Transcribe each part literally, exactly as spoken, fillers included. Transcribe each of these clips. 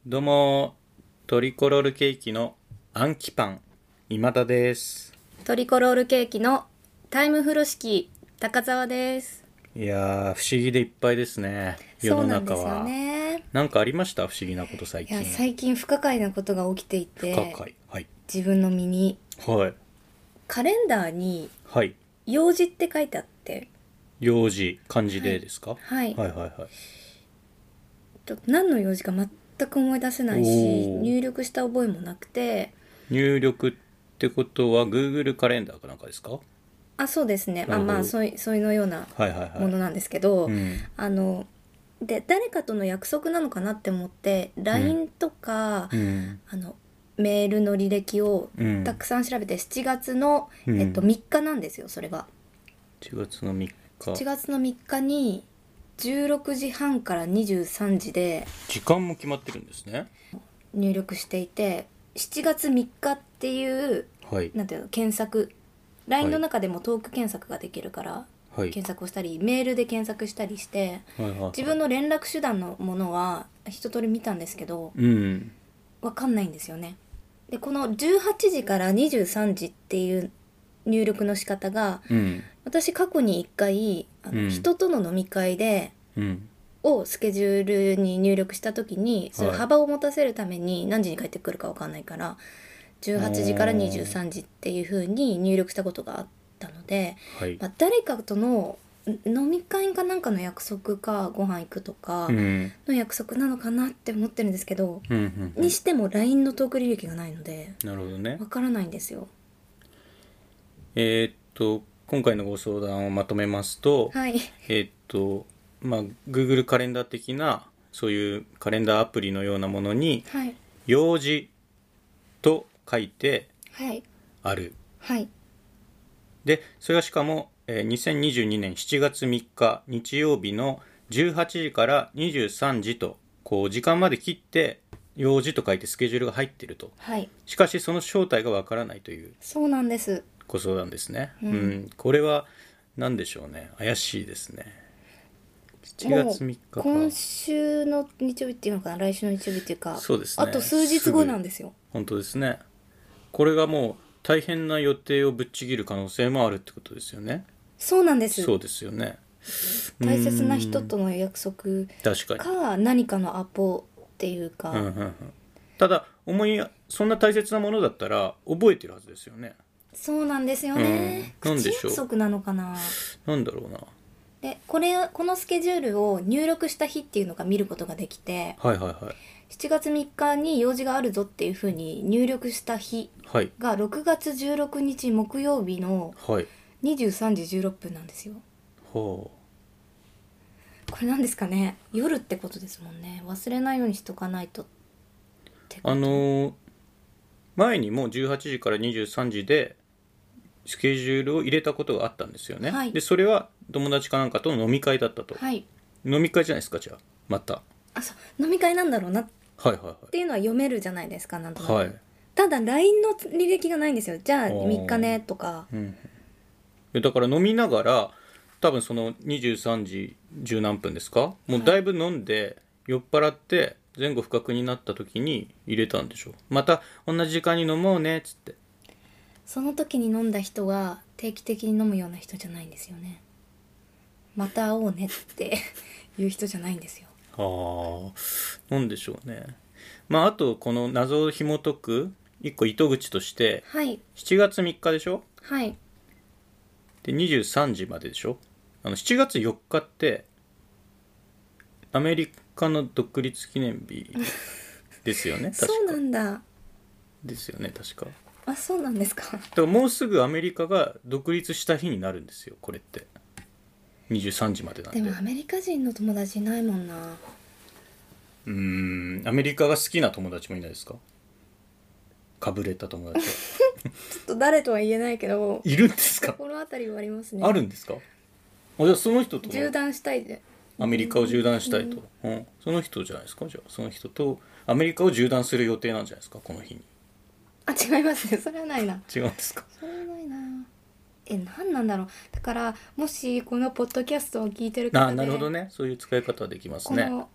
どうも、トリコロールケーキのアンキパン、今田です。 トリコロールケーキのタイム風呂敷高澤です。 いやー、不思議でいっぱいですね、世そのうなんですよ中は。 ね。 なんかありました不思議なこと最いや、 近。 最近不可解なことが起きてい不可て、 解。はい。 自分の身にはい。 カレンダーにはい。 用事って書いてあって、 用事、漢字はいでですか？ はい、 はいはいはい。 ちょっと何の用事か全く思い出せないし、 おー。 入力した覚えもなくて、 入力ってことは Google カレンダーかなんかですか？ あ、そうですね。まあまあ、 なるほど。 そうい、そういうのようなはいはいはい。 ものなんですけど、 うん。 あの、で、誰かとの約束なのかなって思って、 うん。 ライン とか、 うん。 あの、メールの履歴をうん。 たくさん調べて、しちがつの、 うん。 えっと、みっかなんですよ、それが。 いちがつのみっか。 しちがつのみっかに、じゅうろくじはんからにじゅうさんじで時間も決まってるんですね。 入力していて、しちがつみっかっていう、 はい。 なんていうの、検索、 はライン のい。 中でもトーク検索ができるから、 はい。 検索をしたり、メールで検索したりして、 はいはいはい。 自分の連絡手段のものは一通り見たんですけど、 うん。 わかんないんですよね。で、このじゅうはちじからにじゅうさんじっていう入力の仕方が、 うん。 私過去にいっかいあの、 うん人との飲み会でうん。 をスケジュールに入力した時に、それはい。 幅を持たせるために何時に帰ってくるかわかんないから、じゅうはちじからにじゅうさんじっていう風に入力したことがあったので、 はい。 まあ、誰かとのん飲み会かなんかの約束かご飯行くとかうんの約束なのかなって思ってるんですけど、 うんうんうん。 にしても ライン のトーク履歴がないのでなるほどね。 わからないんですよ。 えーっと今回のご相談をまとめますと、 はい。 えーっとまあ Google カレンダー的なそういうカレンダーアプリのようなものにはい用事と書いてはいある。 はいでそれはしかも、えーにせんにじゅうにねんしちがつみっか日曜日のじゅうはちじからにじゅうさんじとこう時間まで切って用事と書いてスケジュールが入っていると。 はい、 しかしその正体がわからないというそうなんです。 ご相談ですね。 ううんん、これは何でしょうね。怪しいですね。7 もう月みっかか。 今週の日曜日っていうのかな、来週の日曜日っていうか、 そうですね。 あと数日後すぐなんですよ。 本当ですね。これがもう大変な予定をぶっちぎる可能性もあるってことですよね。 そうなんです。 そうですよね。 大切な人うーんとの約束確かに。 か何かのアポっていうか、 うんうんうん。ただ思いそんな大切なものだったら覚えてるはずですよね。 そうなんですようんね。口なんでしょう。 約束なのかな。 なんだろうな。 で、これこのスケジュールを入力した日っていうのが見ることができて、 はいはいはい。 しちがつみっかに用事があるぞっていうふうに入力した日はいがろくがつじゅうろくにち木曜日のはいにじゅうさんじじゅうろっぷんなんですよ。 はこれなんですかね。夜ってことですもんね。忘れないようにしとかないとってあ。あこと。 のー前にもじゅうはちじからにじゅうさんじでスケジュールを入れたことがあったんですよね。 はいでそれは友達かなんかとの飲み会だったと。 はい。 飲み会じゃないですかじゃあまた。 あ、そう飲み会なんだろうなっはいはいていうのは読めるじゃないですか、なんとなく。 はい。はい。 ただ ライン の履歴がないんですよ。じゃああーみっかねとか。 うんでだから飲みながら多分そのにじゅうさんじじゅう何分ですかもうだいぶ飲んで酔っ払って前後不覚になった時に入れたんでしょう。また同じ時間に飲もうねっつって。 その時に飲んだ人は定期的に飲むような人じゃないんですよね。また会おうねっていう人じゃないんですよ。 ああなんでしょうね。まああとこの謎を紐解く一個糸口としてはいしちがつみっかでしょはいでにじゅうさんじまででしょ。あのしちがつよっかってアメリカの独立記念日ですよね確か。 そうなんだ。 ですよね確か。 あ、そうなんですか。 だからもうすぐアメリカが独立した日になるんですよこれってにじゅうさんじまでなんで。 でもアメリカ人の友達いないもんな。 うーんアメリカが好きな友達もいないですか？かぶれた友達はちょっと誰とは言えないけどいるんですか？ 心当たりはありますね。 あるんですか？あじゃあその人と縦断したいで。 アメリカを縦断したいと、うんその人じゃないですか。じゃあその人とアメリカを縦断する予定なんじゃないですかこの日に。 あ、違いますね。それはないな。 違うんですか？ それはないな。え、何なんだろう。だからもしこのポッドキャストを聞いてる方で、 あなるほどねそういう使い方できますね。 この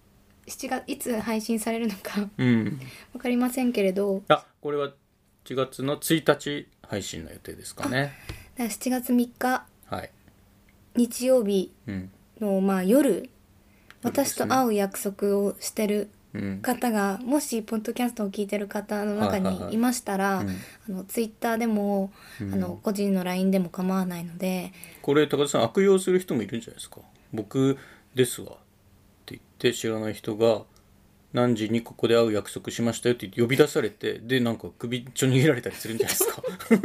しちがついつ配信されるのかうん分かりませんけれど、 あこれはしがつのついたち配信の予定ですかね。 だからしちがつみっかはい、 日曜日うんのまあ夜、私とそうですね会う約束をしてるうん方がもしポッドキャストを聞いてる方の中はいはいはいにいましたら、 うんあのツイッターでも、 うんあの個人の ライン でも構わないので、 これ高田さん悪用する人もいるんじゃないですか。僕ですわって言って知らない人が何時にここで会う約束しましたよって言って呼び出されて、でなんか首ちょ握られたりするんじゃないですか。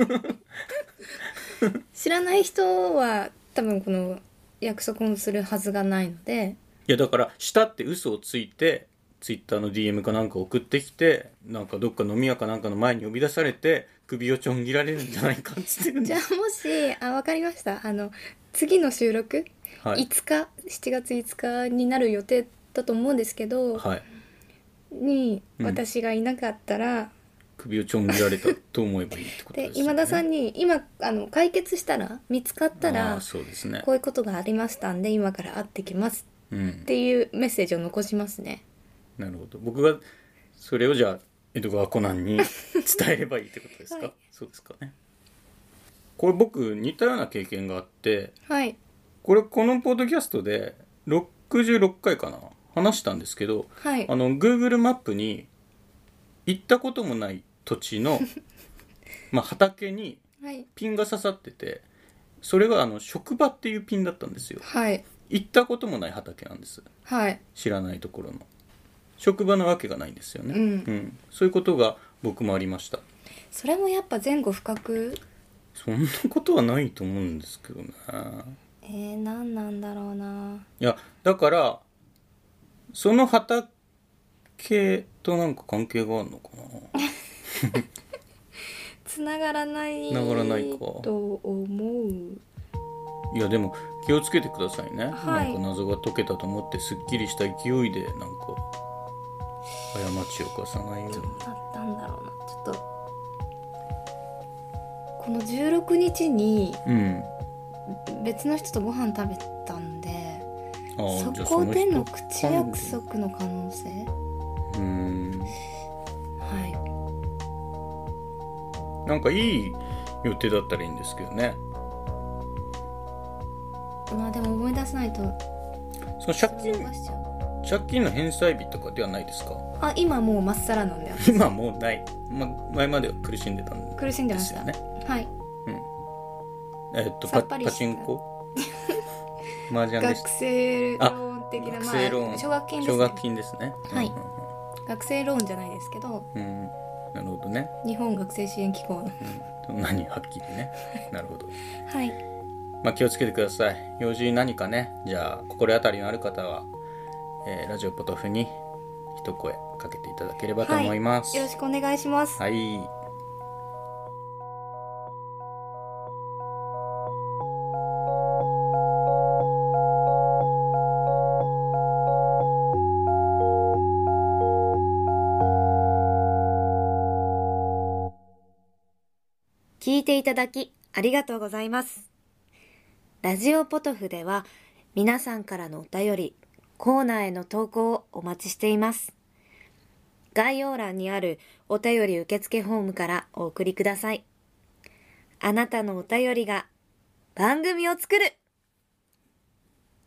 知らない人は多分この約束をするはずがないので、 いやだからしたって嘘をついてツイッターの ディーエム かなんか送ってきて、なんかどっか飲み屋かなんかの前に呼び出されて首をちょん切られるんじゃないかっつってるんでじゃあもしあ分かりました、あの次の収録、 はいいつかしちがついつかになる予定だと思うんですけど、 はい、 にうん私がいなかったら、 首をちょん切られたと思えばいいってことでですよね。 今田さんに今あの解決したら見つかったあらーそうですねこういうことがありましたんで今から会ってきますうんっていうメッセージを残しますね。 なるほど。僕がそれをじゃあ江戸川コナンに伝えればいいってことですか、 はいそうですかね。これ僕似たような経験があって、 はいこれこのポッドキャストでろくじゅうろっかいかな話したんですけど、 はいあの Google マップに行ったこともない土地のまあ畑にはいピンが刺さってて、それがあの職場っていうピンだったんですよ。 はい行ったこともない畑なんです。 はい知らないところの職場なわけがないんですよね、 うんそういうことが僕もありました。 それもやっぱ前後不覚。 そんなことはないと思うんですけどね。 えー、何なんだろうな。 いやだからその畑となんか関係があるのかな。 つながらない繋がらないかと思う。 いやでも気をつけてくださいね、 はいなんか謎が解けたと思ってすっきりした勢いでなんか過ちを犯さないように。 どうだったんだろうな。ちょっとこのじゅうろくにちにうん別の人とご飯食べたんで、 あーそじゃあこでのそ人口約束の可能性。 うーんはなんかいい予定だったらいいんですけどね。 い。まあでも思い出さないとその借金逃しちゃう。 借金の返済日とかではないですか。 あ、今もうまっさらなんで私今もうない、ま、前までは苦しんでたん苦しんででました。 すよね。 はい。 えっとパさっぱりしたパチンコ麻雀でし学生ローン的な、 学生ローン、 まあ、奨学金ですね。 奨学金ですね。 はいうん学生ローンじゃないですけど、 うんうん、なるほどね、 日本学生支援機構の。 うん、何はっきりねなるほど。 はい。 まあ気をつけてください。用事何かね、じゃあ心当たりのある方は、えーラジオポトフに一声かけていただければと思います。 よろしくお願いします。 はい。 聞いていただきありがとうございます。ラジオポトフでは皆さんからのお便り、コーナーへの投稿をお待ちしています。概要欄にあるお便り受付フォームからお送りください。あなたのお便りが番組を作る